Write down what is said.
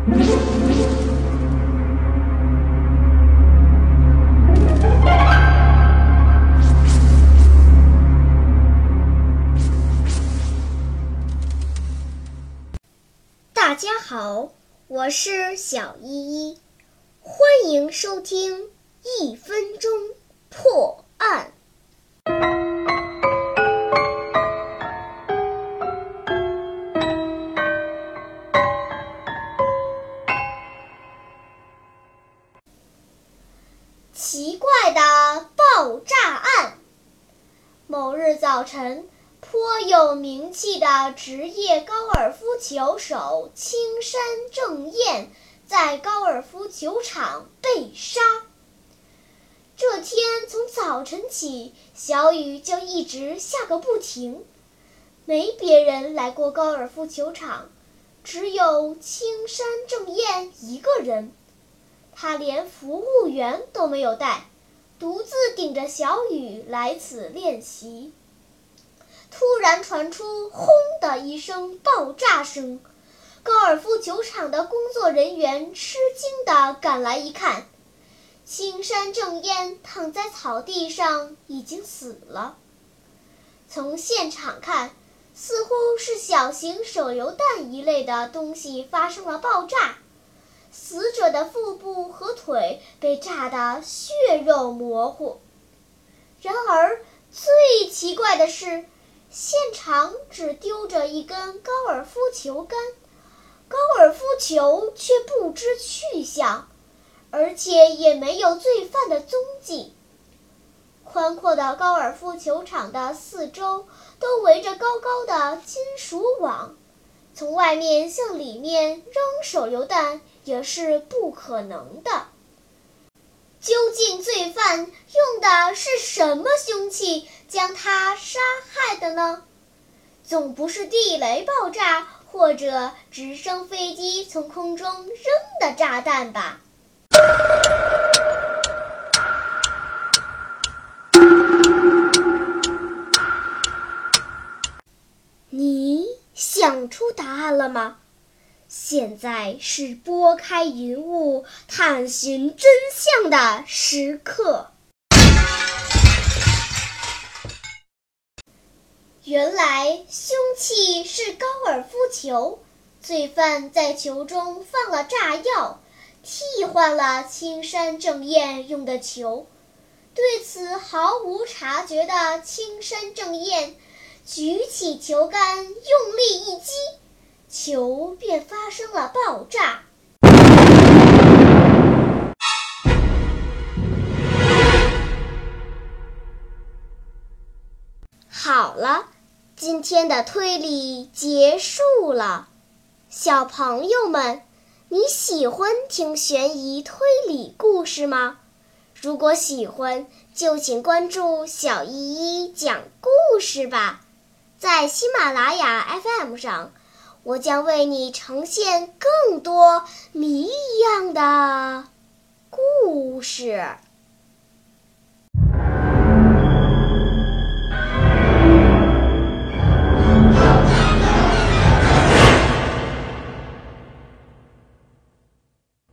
大家好，我是小依依，欢迎收听1分钟破案。奇怪的爆炸案。某日早晨，颇有名气的职业高尔夫球手青山正彦在高尔夫球场被杀。这天从早晨起，小雨就一直下个不停，没别人来过高尔夫球场，只有青山正彦一个人。他连服务员都没有带，独自顶着小雨来此练习。突然传出轰的一声爆炸声，高尔夫球场的工作人员吃惊地赶来一看，青山正彦躺在草地上已经死了。从现场看，似乎是小型手榴弹一类的东西发生了爆炸，死者的腹部和腿被炸得血肉模糊。然而最奇怪的是，现场只丢着一根高尔夫球杆，高尔夫球却不知去向，而且也没有罪犯的踪迹。宽阔的高尔夫球场的四周都围着高高的金属网，从外面向里面扔手榴弹也是不可能的。究竟罪犯用的是什么凶器将他杀害的呢？总不是地雷爆炸或者直升飞机从空中扔的炸弹吧？你想出答案了吗？现在是拨开云雾探寻真相的时刻。原来凶器是高尔夫球，罪犯在球中放了炸药，替换了青山正彦用的球。对此毫无察觉的青山正彦举起球杆，用力一击，球便发生了爆炸。好了，今天的推理结束了。小朋友们，你喜欢听悬疑推理故事吗？如果喜欢，就请关注小依依讲故事吧。在喜马拉雅 FM 上，我将为你呈现更多谜一样的故事。